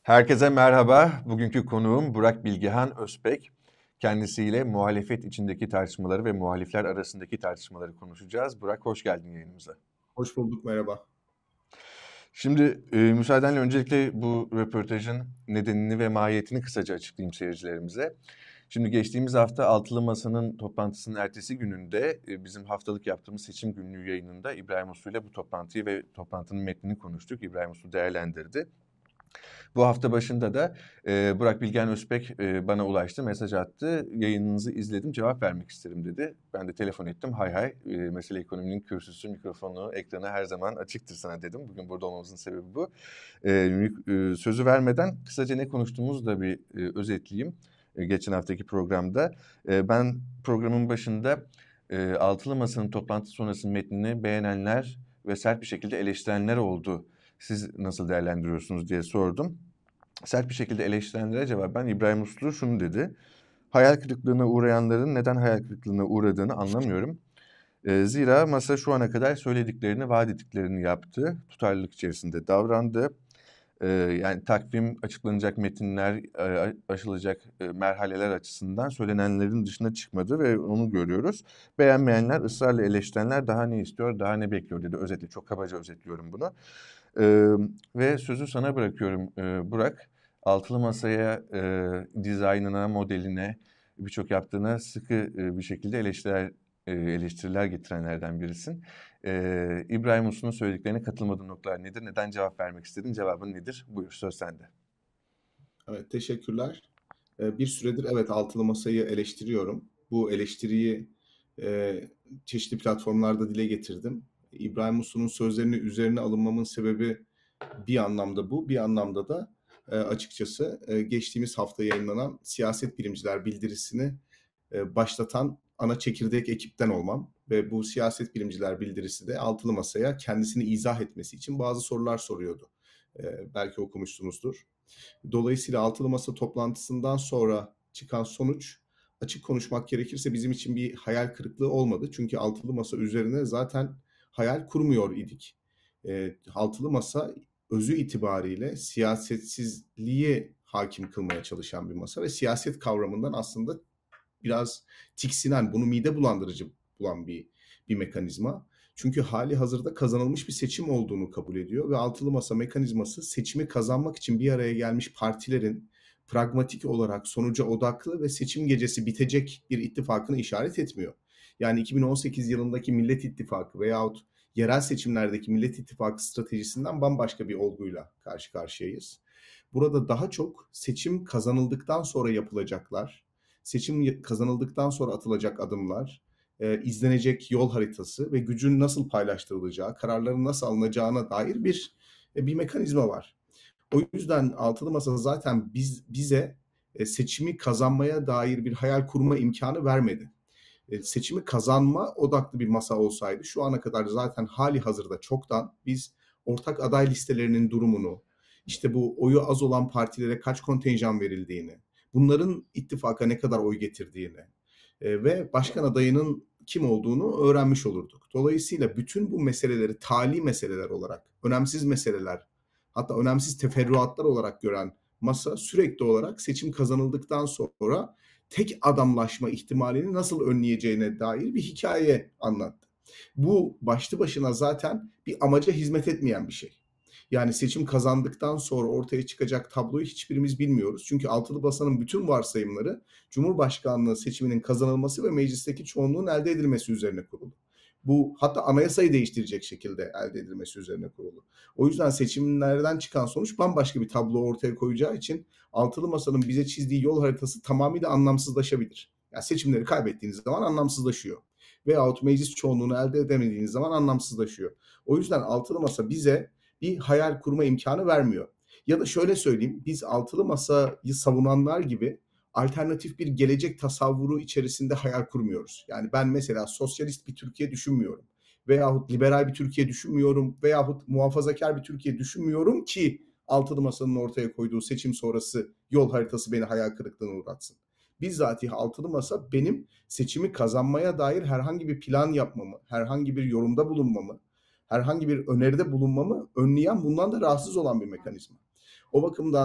Herkese merhaba. Bugünkü konuğum Burak Bilgehan Özbek. Kendisiyle muhalefet içindeki tartışmaları ve muhalifler arasındaki tartışmaları konuşacağız. Burak, hoş geldin yayınımıza. Hoş bulduk, merhaba. Şimdi müsaadenle öncelikle bu röportajın nedenini ve mahiyetini kısaca açıklayayım seyircilerimize. Şimdi geçtiğimiz hafta Altılı Masa'nın toplantısının ertesi gününde bizim haftalık yaptığımız seçim günlüğü yayınında İbrahim Uslu ile bu toplantıyı ve toplantının metnini konuştuk. İbrahim Uslu değerlendirdi. Bu hafta başında da Burak Bilgehan Özbek bana ulaştı, mesaj attı. Yayınınızı izledim, cevap vermek isterim dedi. Ben de telefon ettim. Hay hay, Mesele Ekonomi'nin kürsüsü, mikrofonu, ekranı her zaman açıktır sana dedim. Bugün burada olmamızın sebebi bu. Sözü vermeden kısaca ne konuştuğumuzu da bir özetleyeyim. Geçen haftaki programda. Ben programın başında Altılı Masa'nın toplantı sonrası metnini beğenenler ve sert bir şekilde eleştirenler oldu. Siz nasıl değerlendiriyorsunuz diye sordum. Sert bir şekilde eleştirenlere cevaben İbrahim Uslu şunu dedi. Hayal kırıklığına uğrayanların neden hayal kırıklığına uğradığını anlamıyorum. Zira masa şu ana kadar söylediklerini, vaat ettiklerini yaptı. Tutarlılık içerisinde davrandı. Yani takvim, açıklanacak metinler, aşılacak merhaleler açısından söylenenlerin dışına çıkmadı ve onu görüyoruz. Beğenmeyenler, ısrarla eleştirenler daha ne istiyor, daha ne bekliyor dedi. Özetle, çok kabaca özetliyorum bunu. Ve sözü sana bırakıyorum Burak. Altılı Masa'ya dizaynına, modeline, birçok yaptığına sıkı bir şekilde eleştiriler getirenlerden birisin. İbrahim Uslu'nun söylediklerine katılmadığın noktalar nedir? Neden cevap vermek istedin? Cevabın nedir? Buyur, söz sende. Evet, teşekkürler. Bir süredir evet Altılı Masa'yı eleştiriyorum. Bu eleştiriyi çeşitli platformlarda dile getirdim. İbrahim Uslu'nun sözlerini üzerine alınmamın sebebi bir anlamda bu, bir anlamda da açıkçası geçtiğimiz hafta yayınlanan siyaset bilimciler bildirisini başlatan ana çekirdek ekipten olmam ve bu siyaset bilimciler bildirisi de Altılı Masa'ya kendisini izah etmesi için bazı sorular soruyordu. Belki okumuşsunuzdur. Dolayısıyla Altılı Masa toplantısından sonra çıkan sonuç, açık konuşmak gerekirse bizim için bir hayal kırıklığı olmadı. Çünkü Altılı Masa üzerine zaten hayal kurmuyor idik. Altılı Masa özü itibariyle siyasetsizliği hakim kılmaya çalışan bir masa ve siyaset kavramından aslında biraz tiksinen, bunu mide bulandırıcı bulan bir mekanizma. Çünkü hali hazırda kazanılmış bir seçim olduğunu kabul ediyor ve altılı masa mekanizması seçimi kazanmak için bir araya gelmiş partilerin pragmatik olarak sonuca odaklı ve seçim gecesi bitecek bir ittifakını işaret etmiyor. Yani 2018 yılındaki Millet İttifakı veyahut yerel seçimlerdeki Millet İttifakı stratejisinden bambaşka bir olguyla karşı karşıyayız. Burada daha çok seçim kazanıldıktan sonra yapılacaklar, seçim kazanıldıktan sonra atılacak adımlar, izlenecek yol haritası ve gücün nasıl paylaştırılacağı, kararların nasıl alınacağına dair bir mekanizma var. O yüzden Altılı Masa zaten bize seçimi kazanmaya dair bir hayal kurma imkanı vermedi. Seçimi kazanma odaklı bir masa olsaydı şu ana kadar zaten hali hazırda çoktan biz ortak aday listelerinin durumunu, işte bu oyu az olan partilere kaç kontenjan verildiğini, bunların ittifaka ne kadar oy getirdiğini ve başkan adayının kim olduğunu öğrenmiş olurduk. Dolayısıyla bütün bu meseleleri tali meseleler olarak, önemsiz meseleler, hatta önemsiz teferruatlar olarak gören masa sürekli olarak seçim kazanıldıktan sonra tek adamlaşma ihtimalini nasıl önleyeceğine dair bir hikaye anlattı. Bu başlı başına zaten bir amaca hizmet etmeyen bir şey. Yani seçim kazandıktan sonra ortaya çıkacak tabloyu hiçbirimiz bilmiyoruz. Çünkü altılı basanın bütün varsayımları Cumhurbaşkanlığı seçiminin kazanılması ve meclisteki çoğunluğun elde edilmesi üzerine kurulu. Bu hatta anayasayı değiştirecek şekilde elde edilmesi üzerine kurulu. O yüzden seçimlerden çıkan sonuç bambaşka bir tablo ortaya koyacağı için altılı masanın bize çizdiği yol haritası tamamıyla anlamsızlaşabilir. Yani seçimleri kaybettiğiniz zaman anlamsızlaşıyor. Veyahut meclis çoğunluğunu elde edemediğiniz zaman anlamsızlaşıyor. O yüzden altılı masa bize bir hayal kurma imkanı vermiyor. Ya da şöyle söyleyeyim, biz altılı masayı savunanlar gibi alternatif bir gelecek tasavvuru içerisinde hayal kurmuyoruz. Yani ben mesela sosyalist bir Türkiye düşünmüyorum. Veyahut liberal bir Türkiye düşünmüyorum. Veyahut muhafazakar bir Türkiye düşünmüyorum ki altılı masanın ortaya koyduğu seçim sonrası yol haritası beni hayal kırıklığına uğratsın. Bizzatihi altılı masa benim seçimi kazanmaya dair herhangi bir plan yapmamı, herhangi bir yorumda bulunmamı, herhangi bir öneride bulunmamı önleyen, bundan da rahatsız olan bir mekanizma. O bakımdan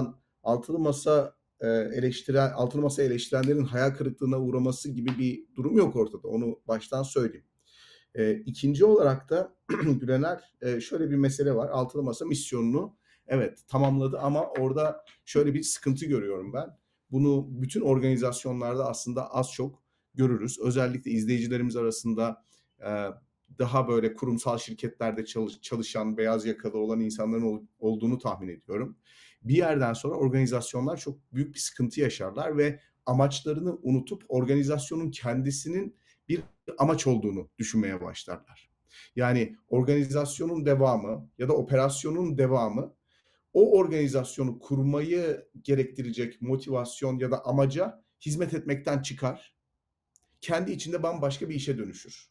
altılı masa altılı masa eleştirenlerin hayal kırıklığına uğraması gibi bir durum yok ortada. Onu baştan söyleyeyim. İkinci olarak da Gülener, şöyle bir mesele var. Altılı Masa misyonunu evet tamamladı ama orada şöyle bir sıkıntı görüyorum ben. Bunu bütün organizasyonlarda aslında az çok görürüz. Özellikle izleyicilerimiz arasında daha böyle kurumsal şirketlerde çalışan, beyaz yakalı olan insanların olduğunu tahmin ediyorum. Bir yerden sonra organizasyonlar çok büyük bir sıkıntı yaşarlar ve amaçlarını unutup organizasyonun kendisinin bir amaç olduğunu düşünmeye başlarlar. Yani organizasyonun devamı ya da operasyonun devamı o organizasyonu kurmayı gerektirecek motivasyon ya da amaca hizmet etmekten çıkar. Kendi içinde bambaşka bir işe dönüşür.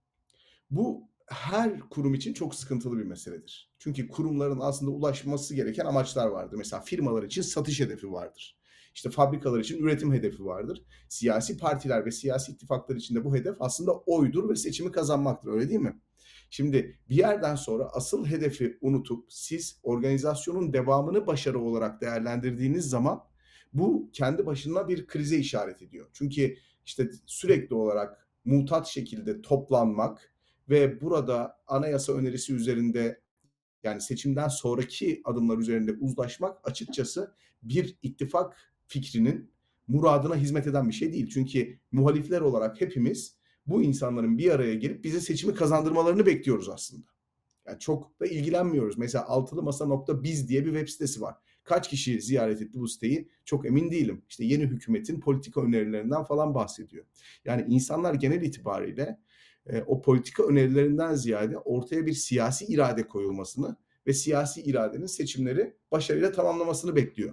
Bu her kurum için çok sıkıntılı bir meseledir. Çünkü kurumların aslında ulaşması gereken amaçlar vardır. Mesela firmalar için satış hedefi vardır. İşte fabrikalar için üretim hedefi vardır. Siyasi partiler ve siyasi ittifaklar için de bu hedef aslında oydur ve seçimi kazanmaktır. Öyle değil mi? Şimdi bir yerden sonra asıl hedefi unutup siz organizasyonun devamını başarı olarak değerlendirdiğiniz zaman bu kendi başına bir krize işaret ediyor. Çünkü işte sürekli olarak mutat şekilde toplanmak ve burada anayasa önerisi üzerinde yani seçimden sonraki adımlar üzerinde uzlaşmak açıkçası bir ittifak fikrinin muradına hizmet eden bir şey değil. Çünkü muhalifler olarak hepimiz bu insanların bir araya gelip bize seçimi kazandırmalarını bekliyoruz aslında. Yani çok da ilgilenmiyoruz. Mesela altılımasa.biz diye bir web sitesi var. Kaç kişi ziyaret etti bu siteyi? Çok emin değilim. İşte yeni hükümetin politika önerilerinden falan bahsediyor. Yani insanlar genel itibariyle o politika önerilerinden ziyade ortaya bir siyasi irade koyulmasını ve siyasi iradenin seçimleri başarıyla tamamlamasını bekliyor.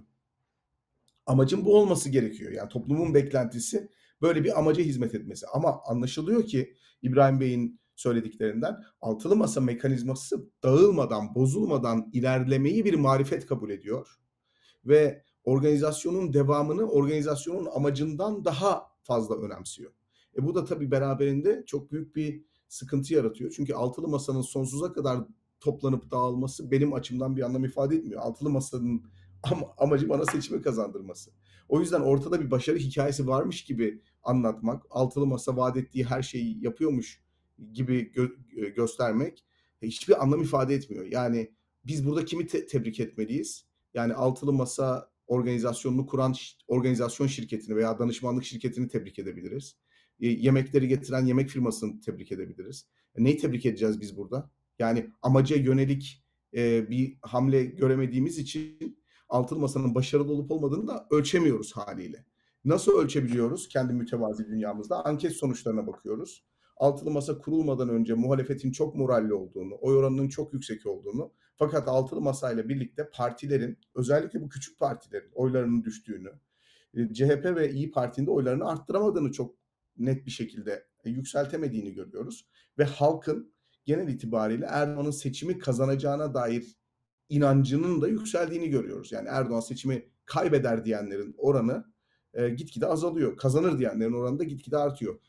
Amacın bu olması gerekiyor. Yani toplumun beklentisi böyle bir amaca hizmet etmesi. Ama anlaşılıyor ki İbrahim Bey'in söylediklerinden altılı masa mekanizması dağılmadan, bozulmadan ilerlemeyi bir marifet kabul ediyor. Ve organizasyonun devamını organizasyonun amacından daha fazla önemsiyor. Bu da tabii beraberinde çok büyük bir sıkıntı yaratıyor. Çünkü altılı masanın sonsuza kadar toplanıp dağılması benim açımdan bir anlam ifade etmiyor. Altılı masanın amacı bana seçimi kazandırması. O yüzden ortada bir başarı hikayesi varmış gibi anlatmak, altılı masa vaat ettiği her şeyi yapıyormuş gibi göstermek hiçbir anlam ifade etmiyor. Yani biz burada kimi tebrik etmeliyiz? Yani altılı masa organizasyonunu kuran organizasyon şirketini veya danışmanlık şirketini tebrik edebiliriz. Yemekleri getiren yemek firmasını tebrik edebiliriz. Neyi tebrik edeceğiz biz burada? Yani amaca yönelik bir hamle göremediğimiz için altılı masanın başarılı olup olmadığını da ölçemiyoruz haliyle. Nasıl ölçebiliyoruz kendi mütevazi dünyamızda? Anket sonuçlarına bakıyoruz. Altılı masa kurulmadan önce muhalefetin çok moralli olduğunu, oy oranının çok yüksek olduğunu, fakat altılı masayla birlikte partilerin, özellikle bu küçük partilerin oylarının düştüğünü, CHP ve İyi Parti'nin de oylarını arttıramadığını çok net bir şekilde yükseltemediğini görüyoruz. Ve halkın genel itibariyle Erdoğan'ın seçimi kazanacağına dair inancının da yükseldiğini görüyoruz. Yani Erdoğan seçimi kaybeder diyenlerin oranı gitgide azalıyor. Kazanır diyenlerin oranı da gitgide artıyor.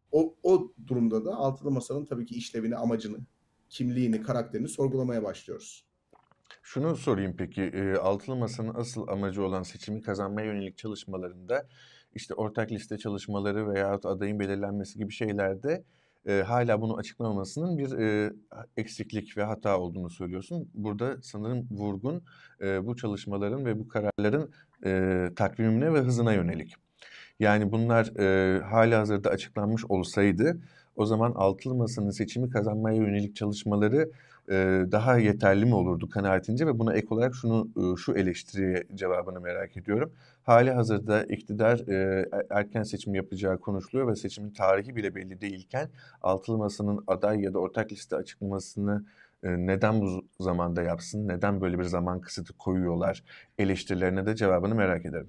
O durumda da altılı masanın tabii ki işlevini, amacını, kimliğini, karakterini sorgulamaya başlıyoruz. Şunu sorayım peki, altılı masanın asıl amacı olan seçimi kazanmaya yönelik çalışmalarında işte ortak liste çalışmaları veyahut adayın belirlenmesi gibi şeylerde hala bunu açıklamamasının bir eksiklik ve hata olduğunu söylüyorsun. Burada sanırım vurgun bu çalışmaların ve bu kararların takvimine ve hızına yönelik. Yani bunlar halihazırda açıklanmış olsaydı o zaman altılı masanın seçimi kazanmaya yönelik çalışmaları daha yeterli mi olurdu kanaatince ve buna ek olarak şu eleştiriye cevabını merak ediyorum. Halihazırda iktidar erken seçim yapacağı konuşuluyor ve seçimin tarihi bile belli değilken altılı masanın aday ya da ortak liste açıklamasını neden bu zamanda yapsın, neden böyle bir zaman kısıtı koyuyorlar eleştirilerine de cevabını merak ederim.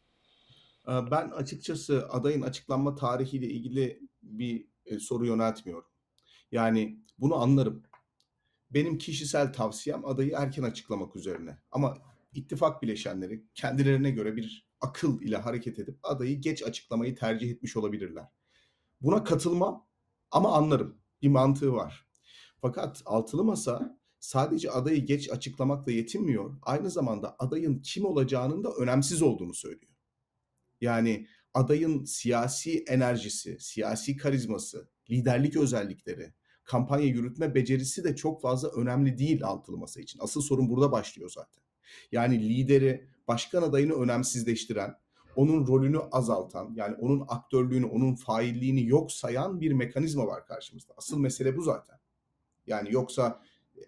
Ben açıkçası adayın açıklanma tarihiyle ilgili bir soru yöneltmiyorum. Yani bunu anlarım. Benim kişisel tavsiyem adayı erken açıklamak üzerine. Ama ittifak bileşenleri kendilerine göre bir akıl ile hareket edip adayı geç açıklamayı tercih etmiş olabilirler. Buna katılmam ama anlarım. Bir mantığı var. Fakat altılı masa sadece adayı geç açıklamakla yetinmiyor. Aynı zamanda adayın kim olacağının da önemsiz olduğunu söylüyor. Yani adayın siyasi enerjisi, siyasi karizması, liderlik özellikleri, kampanya yürütme becerisi de çok fazla önemli değil altılı masa için. Asıl sorun burada başlıyor zaten. Yani lideri, başkan adayını önemsizleştiren, onun rolünü azaltan, yani onun aktörlüğünü, onun failliğini yok sayan bir mekanizma var karşımızda. Asıl mesele bu zaten. Yani yoksa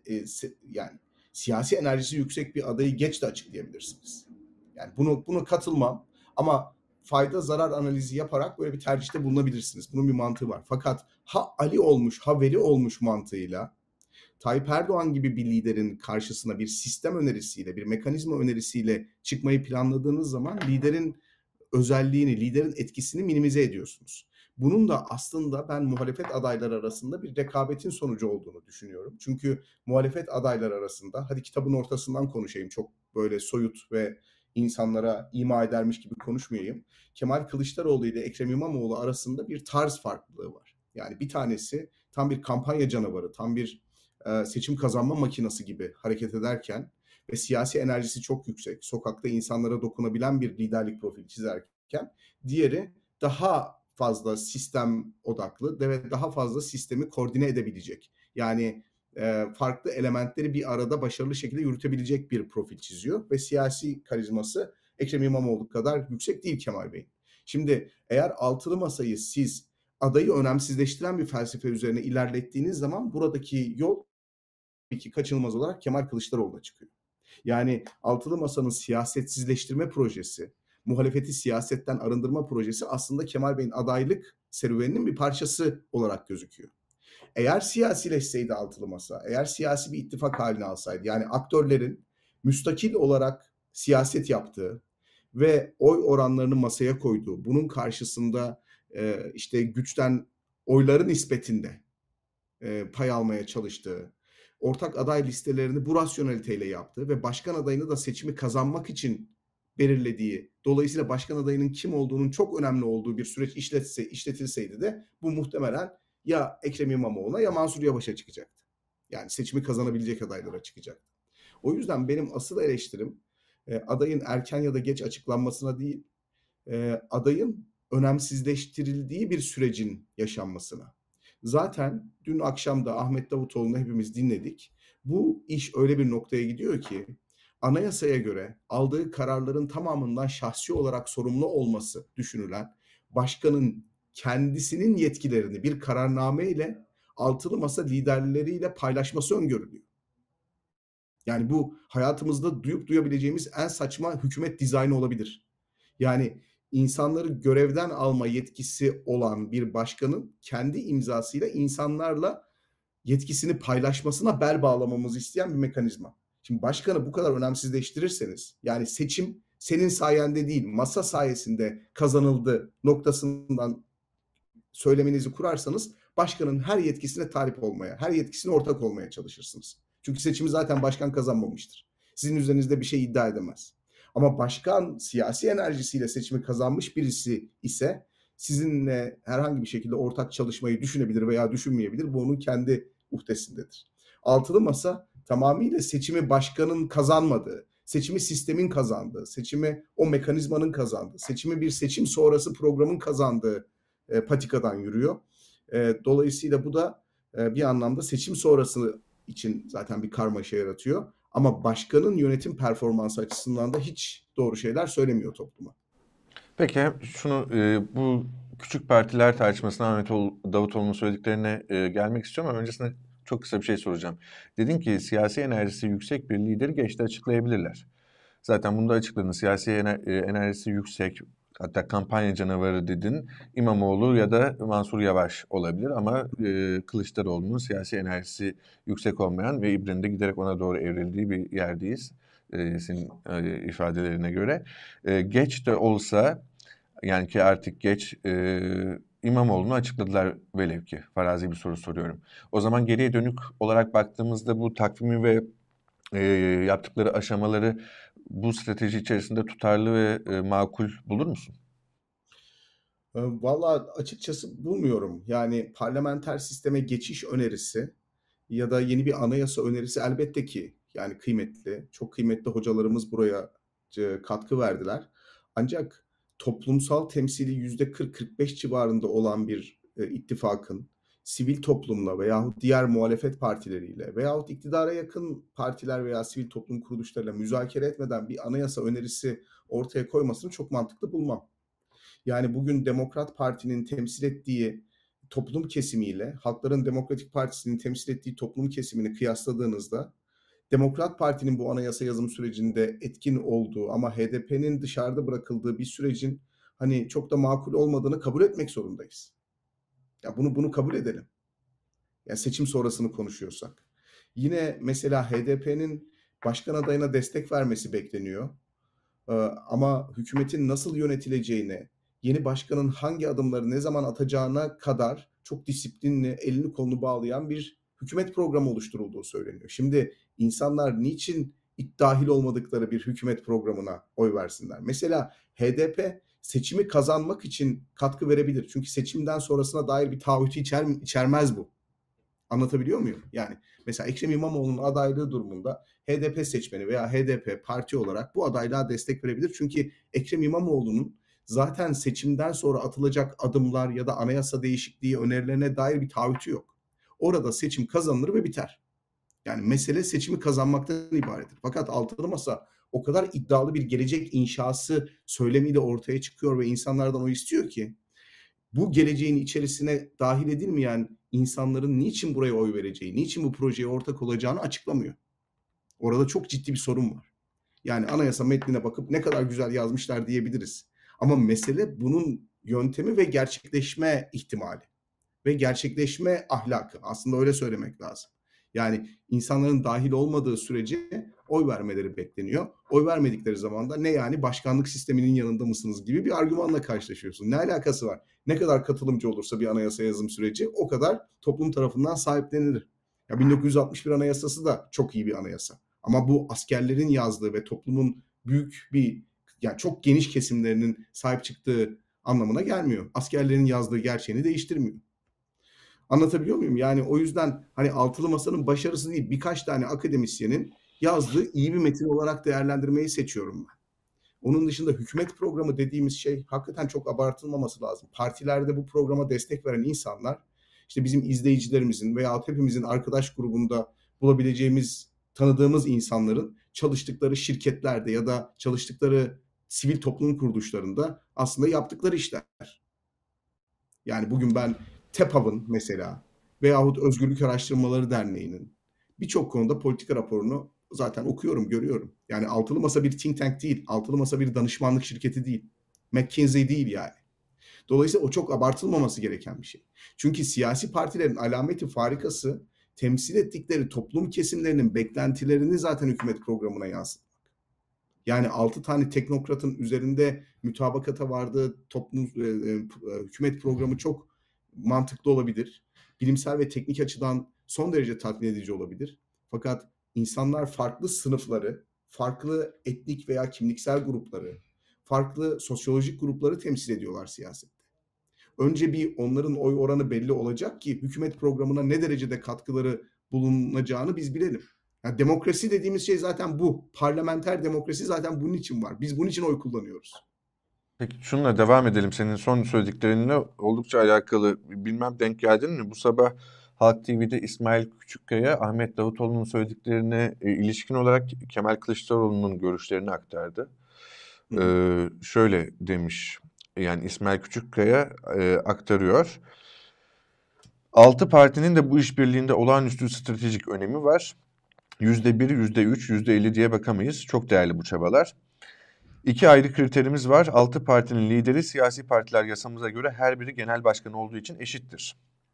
yani siyasi enerjisi yüksek bir adayı geç de açıklayabilirsiniz. Yani bunu katılmam ama fayda zarar analizi yaparak böyle bir tercihte bulunabilirsiniz. Bunun bir mantığı var. Fakat ha Ali olmuş ha Veli olmuş mantığıyla Tayyip Erdoğan gibi bir liderin karşısına bir sistem önerisiyle, bir mekanizma önerisiyle çıkmayı planladığınız zaman liderin özelliğini, liderin etkisini minimize ediyorsunuz. Bunun da aslında ben muhalefet adayları arasında bir rekabetin sonucu olduğunu düşünüyorum. Çünkü muhalefet adayları arasında, hadi kitabın ortasından konuşayım, çok böyle soyut ve insanlara ima edermiş gibi konuşmayayım. Kemal Kılıçdaroğlu ile Ekrem İmamoğlu arasında bir tarz farklılığı var. Yani bir tanesi tam bir kampanya canavarı, tam bir seçim kazanma makinesi gibi hareket ederken ve siyasi enerjisi çok yüksek, sokakta insanlara dokunabilen bir liderlik profili çizerken, diğeri daha fazla sistem odaklı ve daha fazla sistemi koordine edebilecek. Yani farklı elementleri bir arada başarılı şekilde yürütebilecek bir profil çiziyor ve siyasi karizması Ekrem İmamoğlu kadar yüksek değil Kemal Bey'in. Şimdi eğer altılı masayı siz adayı önemsizleştiren bir felsefe üzerine ilerlettiğiniz zaman buradaki yol ki kaçınılmaz olarak Kemal Kılıçdaroğlu'na çıkıyor. Yani altılı masanın siyasetsizleştirme projesi, muhalefeti siyasetten arındırma projesi aslında Kemal Bey'in adaylık serüveninin bir parçası olarak gözüküyor. Eğer siyasileşseydi altılı masa, eğer siyasi bir ittifak haline alsaydı, yani aktörlerin müstakil olarak siyaset yaptığı ve oy oranlarını masaya koyduğu, bunun karşısında işte güçten oyların nispetinde pay almaya çalıştığı, ortak aday listelerini bu rasyoneliteyle yaptığı ve başkan adayını da seçimi kazanmak için belirlediği, dolayısıyla başkan adayının kim olduğunun çok önemli olduğu bir süreç işletilseydi de bu muhtemelen ya Ekrem İmamoğlu'na ya Mansur Yavaş'a çıkacaktı. Yani seçimi kazanabilecek adaylara çıkacaktı. O yüzden benim asıl eleştirim adayın erken ya da geç açıklanmasına değil, adayın önemsizleştirildiği bir sürecin yaşanmasına. Zaten dün akşam da Ahmet Davutoğlu'nu hepimiz dinledik. Bu iş öyle bir noktaya gidiyor ki anayasaya göre aldığı kararların tamamından şahsi olarak sorumlu olması düşünülen başkanın kendisinin yetkilerini bir kararname ile altılı masa liderleriyle paylaşması öngörülüyor. Yani bu hayatımızda duyup duyabileceğimiz en saçma hükümet dizaynı olabilir. Yani insanları görevden alma yetkisi olan bir başkanın kendi imzasıyla insanlarla yetkisini paylaşmasına bel bağlamamızı isteyen bir mekanizma. Şimdi başkanı bu kadar önemsizleştirirseniz, yani seçim senin sayende değil, masa sayesinde kazanıldı noktasından söylemenizi kurarsanız başkanın her yetkisine talip olmaya, her yetkisine ortak olmaya çalışırsınız. Çünkü seçimi zaten başkan kazanmamıştır. Sizin üzerinizde bir şey iddia edemez. Ama başkan siyasi enerjisiyle seçimi kazanmış birisi ise sizinle herhangi bir şekilde ortak çalışmayı düşünebilir veya düşünmeyebilir. Bu onun kendi uhdesindedir. Altılı masa tamamıyla seçimi başkanın kazanmadığı, seçimi sistemin kazandığı, seçimi o mekanizmanın kazandığı, seçimi bir seçim sonrası programın kazandığı patikadan yürüyor. Dolayısıyla bu da bir anlamda seçim sonrası için zaten bir karmaşa yaratıyor. Ama başkanın yönetim performansı açısından da hiç doğru şeyler söylemiyor topluma. Peki şunu bu küçük partiler tartışmasına Ahmet Davutoğlu'nun söylediklerine gelmek istiyorum ama öncesinde çok kısa bir şey soracağım. Dedin ki siyasi enerjisi yüksek bir lideri geçti açıklayabilirler. Zaten bunu da açıkladın. Siyasi enerjisi yüksek, hatta kampanya canavarı dedin. İmamoğlu ya da Mansur Yavaş olabilir ama Kılıçdaroğlu'nun siyasi enerjisi yüksek olmayan ve İBRI'nin de giderek ona doğru evrildiği bir yerdeyiz. Senin ifadelerine göre. Geç de olsa, yani ki artık geç, İmamoğlu'nu açıkladılar velev ki. Farazi bir soru soruyorum. O zaman geriye dönük olarak baktığımızda bu takvimi ve yaptıkları aşamaları bu strateji içerisinde tutarlı ve makul bulur musun? Vallahi açıkçası bulmuyorum. Yani parlamenter sisteme geçiş önerisi ya da yeni bir anayasa önerisi elbette ki yani kıymetli. Çok kıymetli hocalarımız buraya katkı verdiler. Ancak toplumsal temsili %40-45 civarında olan bir ittifakın sivil toplumla veyahut diğer muhalefet partileriyle veyahut iktidara yakın partiler veya sivil toplum kuruluşlarıyla müzakere etmeden bir anayasa önerisi ortaya koymasını çok mantıklı bulmam. Yani bugün Demokrat Parti'nin temsil ettiği toplum kesimiyle Halkların Demokratik Partisi'nin temsil ettiği toplum kesimini kıyasladığınızda Demokrat Parti'nin bu anayasa yazım sürecinde etkin olduğu ama HDP'nin dışarıda bırakıldığı bir sürecin hani çok da makul olmadığını kabul etmek zorundayız. Ya bunu kabul edelim. Yani seçim sonrasını konuşuyorsak. Yine mesela HDP'nin başkan adayına destek vermesi bekleniyor. Ama hükümetin nasıl yönetileceğine, yeni başkanın hangi adımları ne zaman atacağına kadar çok disiplinli, elini kolunu bağlayan bir hükümet programı oluşturulduğu söyleniyor. Şimdi insanlar niçin dahil olmadıkları bir hükümet programına oy versinler? Mesela HDP seçimi kazanmak için katkı verebilir. Çünkü seçimden sonrasına dair bir taahhütü içermez bu. Anlatabiliyor muyum? Yani mesela Ekrem İmamoğlu'nun adaylığı durumunda HDP seçmeni veya HDP parti olarak bu adaylığa destek verebilir. Çünkü Ekrem İmamoğlu'nun zaten seçimden sonra atılacak adımlar ya da anayasa değişikliği önerilerine dair bir taahhütü yok. Orada seçim kazanılır ve biter. Yani mesele seçimi kazanmaktan ibarettir. Fakat altılı masa o kadar iddialı bir gelecek inşası söylemiyle ortaya çıkıyor ve insanlardan o istiyor ki bu geleceğin içerisine dahil edilmeyen insanların niçin buraya oy vereceği, niçin bu projeye ortak olacağını açıklamıyor. Orada çok ciddi bir sorun var. Yani anayasa metnine bakıp ne kadar güzel yazmışlar diyebiliriz. Ama mesele bunun yöntemi ve gerçekleşme ihtimali ve gerçekleşme ahlakı. Aslında öyle söylemek lazım. Yani insanların dahil olmadığı sürece oy vermeleri bekleniyor. Oy vermedikleri zaman da ne yani başkanlık sisteminin yanında mısınız gibi bir argümanla karşılaşıyorsun. Ne alakası var? Ne kadar katılımcı olursa bir anayasa yazım süreci o kadar toplum tarafından sahiplenilir. Ya 1961 Anayasası da çok iyi bir anayasa. Ama bu askerlerin yazdığı ve toplumun büyük bir yani çok geniş kesimlerinin sahip çıktığı anlamına gelmiyor. Askerlerin yazdığı gerçeğini değiştirmiyor. Anlatabiliyor muyum? Yani o yüzden hani altılı masanın başarısı değil birkaç tane akademisyenin yazdığı iyi bir metin olarak değerlendirmeyi seçiyorum ben. Onun dışında hükümet programı dediğimiz şey hakikaten çok abartılmaması lazım. Partilerde bu programa destek veren insanlar işte bizim izleyicilerimizin veya hepimizin arkadaş grubunda bulabileceğimiz, tanıdığımız insanların çalıştıkları şirketlerde ya da çalıştıkları sivil toplum kuruluşlarında aslında yaptıkları işler. Yani bugün ben TEPAV'ın mesela veyahut Özgürlük Araştırmaları Derneği'nin birçok konuda politika raporunu zaten okuyorum, görüyorum. Yani Altılı Masa bir think tank değil, Altılı Masa bir danışmanlık şirketi değil. McKinsey değil yani. Dolayısıyla o çok abartılmaması gereken bir şey. Çünkü siyasi partilerin alameti farikası temsil ettikleri toplum kesimlerinin beklentilerini zaten hükümet programına yansıtmak. Yani 6 tane teknokratın üzerinde mütabakata vardığı hükümet programı çok mantıklı olabilir. Bilimsel ve teknik açıdan son derece tatmin edici olabilir. Fakat insanlar farklı sınıfları, farklı etnik veya kimliksel grupları, farklı sosyolojik grupları temsil ediyorlar siyasette. Önce bir onların oy oranı belli olacak ki hükümet programına ne derecede katkıları bulunacağını biz bilelim. Yani demokrasi dediğimiz şey zaten bu. Parlamenter demokrasi zaten bunun için var. Biz bunun için oy kullanıyoruz. Peki şununla devam edelim. Senin son söylediklerinle oldukça alakalı. Bilmem denk geldin mi? Bu sabah Halk TV'de İsmail Küçükkaya, Ahmet Davutoğlu'nun söylediklerine ilişkin olarak Kemal Kılıçdaroğlu'nun görüşlerini aktardı. Şöyle demiş, yani İsmail Küçükkaya aktarıyor. 6 partinin de bu işbirliğinde olağanüstü stratejik önemi var. %1, %3, %50 diye bakamayız. Çok değerli bu çabalar. 2 ayrı kriterimiz var. 6 partinin lideri siyasi partiler yasamıza göre her biri genel başkan olduğu için eşittir.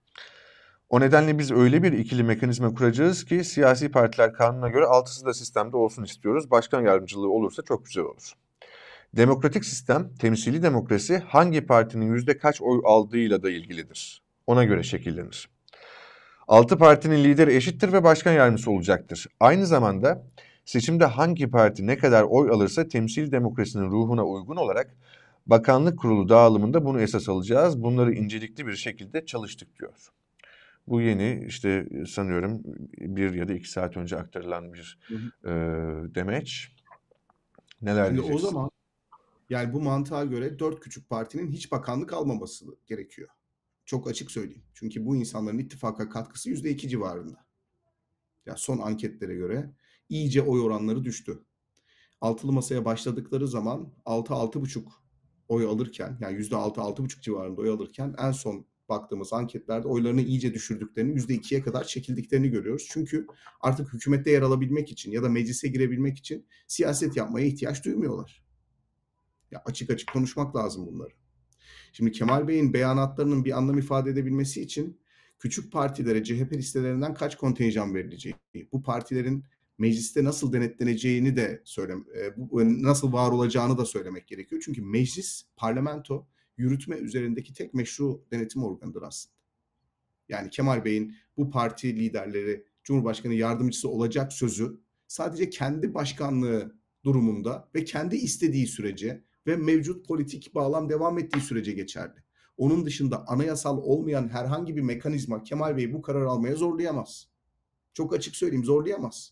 O nedenle biz öyle bir ikili mekanizma kuracağız ki siyasi partiler kanuna göre 6'sı da sistemde olsun istiyoruz. Başkan yardımcılığı olursa çok güzel olur. Demokratik sistem, temsili demokrasi hangi partinin yüzde kaç oy aldığıyla da ilgilidir. Ona göre şekillenir. 6 partinin lideri eşittir ve başkan yardımcısı olacaktır. Aynı zamanda seçimde hangi parti ne kadar oy alırsa temsil demokrasinin ruhuna uygun olarak bakanlık kurulu dağılımında bunu esas alacağız. Bunları incelikli bir şekilde çalıştık diyor. Bu yeni işte sanıyorum 1 ya da 2 saat önce aktarılan bir Hı hı. demeç. Neler Şimdi o diyeceksin? zaman yani bu mantığa göre 4 küçük partinin hiç bakanlık almaması gerekiyor. Çok açık söyleyeyim. Çünkü bu insanların ittifaka katkısı %2 civarında. Ya son anketlere göre iyice oy oranları düştü. Altılı masaya başladıkları zaman 6-6,5 oy alırken, yani %6-6,5 civarında oy alırken en son baktığımız anketlerde oylarını iyice düşürdüklerini, %2'ye kadar çekildiklerini görüyoruz. Çünkü artık hükümette yer alabilmek için ya da meclise girebilmek için siyaset yapmaya ihtiyaç duymuyorlar. Ya açık açık konuşmak lazım bunları. Şimdi Kemal Bey'in beyanatlarının bir anlam ifade edebilmesi için küçük partilere CHP listelerinden kaç kontenjan verileceği, bu partilerin mecliste nasıl denetleneceğini de nasıl var olacağını da söylemek gerekiyor. Çünkü meclis, parlamento yürütme üzerindeki tek meşru denetim organıdır aslında. Yani Kemal Bey'in bu parti liderleri Cumhurbaşkanı yardımcısı olacak sözü sadece kendi başkanlığı durumunda ve kendi istediği sürece ve mevcut politik bağlam devam ettiği sürece geçerli. Onun dışında anayasal olmayan herhangi bir mekanizma Kemal Bey'i bu karar almaya zorlayamaz. Çok açık söyleyeyim, zorlayamaz.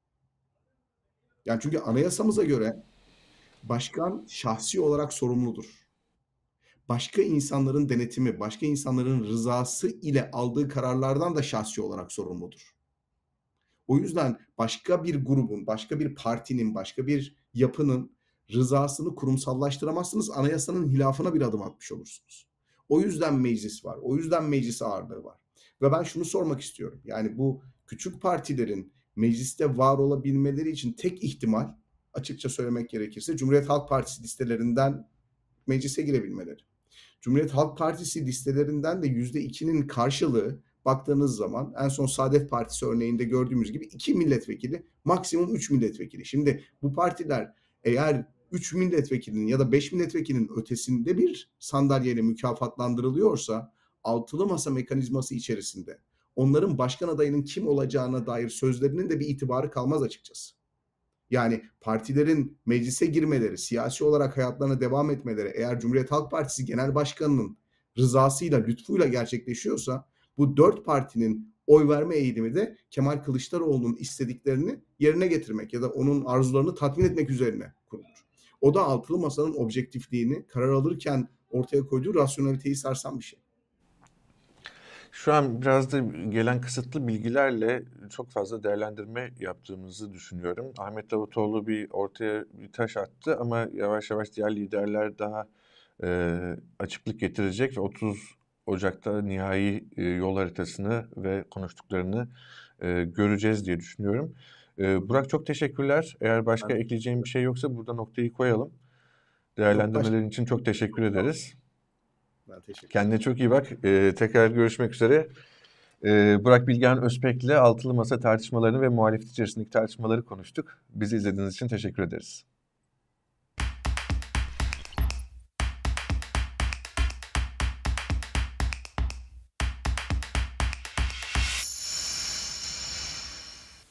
Yani çünkü anayasamıza göre başkan şahsi olarak sorumludur. Başka insanların denetimi, başka insanların rızası ile aldığı kararlardan da şahsi olarak sorumludur. O yüzden başka bir grubun, başka bir partinin, başka bir yapının rızasını kurumsallaştıramazsınız. Anayasanın hilafına bir adım atmış olursunuz. O yüzden meclis var. O yüzden meclis ağırlığı var. Ve ben şunu sormak istiyorum. Yani bu küçük partilerin mecliste var olabilmeleri için tek ihtimal, açıkça söylemek gerekirse, Cumhuriyet Halk Partisi listelerinden meclise girebilmeleri. Cumhuriyet Halk Partisi listelerinden de %2'nin karşılığı baktığınız zaman en son Saadet Partisi örneğinde gördüğümüz gibi 2 milletvekili, maksimum 3 milletvekili. Şimdi bu partiler eğer 3 milletvekilinin ya da 5 milletvekilinin ötesinde bir sandalyeyle mükafatlandırılıyorsa altılı masa mekanizması içerisinde onların başkan adayının kim olacağına dair sözlerinin de bir itibarı kalmaz açıkçası. Yani partilerin meclise girmeleri, siyasi olarak hayatlarına devam etmeleri eğer Cumhuriyet Halk Partisi Genel Başkanı'nın rızasıyla, lütfuyla gerçekleşiyorsa bu 4 partinin oy verme eğilimi de Kemal Kılıçdaroğlu'nun istediklerini yerine getirmek ya da onun arzularını tatmin etmek üzerine kurulur. O da altılı masanın objektifliğini karar alırken ortaya koyduğu rasyoneliteyi sarsan bir şey. Şu an biraz da gelen kısıtlı bilgilerle çok fazla değerlendirme yaptığımızı düşünüyorum. Ahmet Davutoğlu ortaya bir taş attı ama yavaş yavaş diğer liderler daha açıklık getirecek ve 30 Ocak'ta nihai yol haritasını ve konuştuklarını göreceğiz diye düşünüyorum. Burak çok teşekkürler. Eğer başka ekleyeceğim bir şey yoksa burada noktayı koyalım. Yok, Değerlendirmelerin için çok teşekkür ederiz. ben teşekkür ederim. Kendine çok iyi bak. Tekrar görüşmek üzere. Burak Bilgehan Özpek'le altılı masa tartışmalarını ve muhalefet içerisindeki tartışmaları konuştuk. Bizi izlediğiniz için teşekkür ederiz.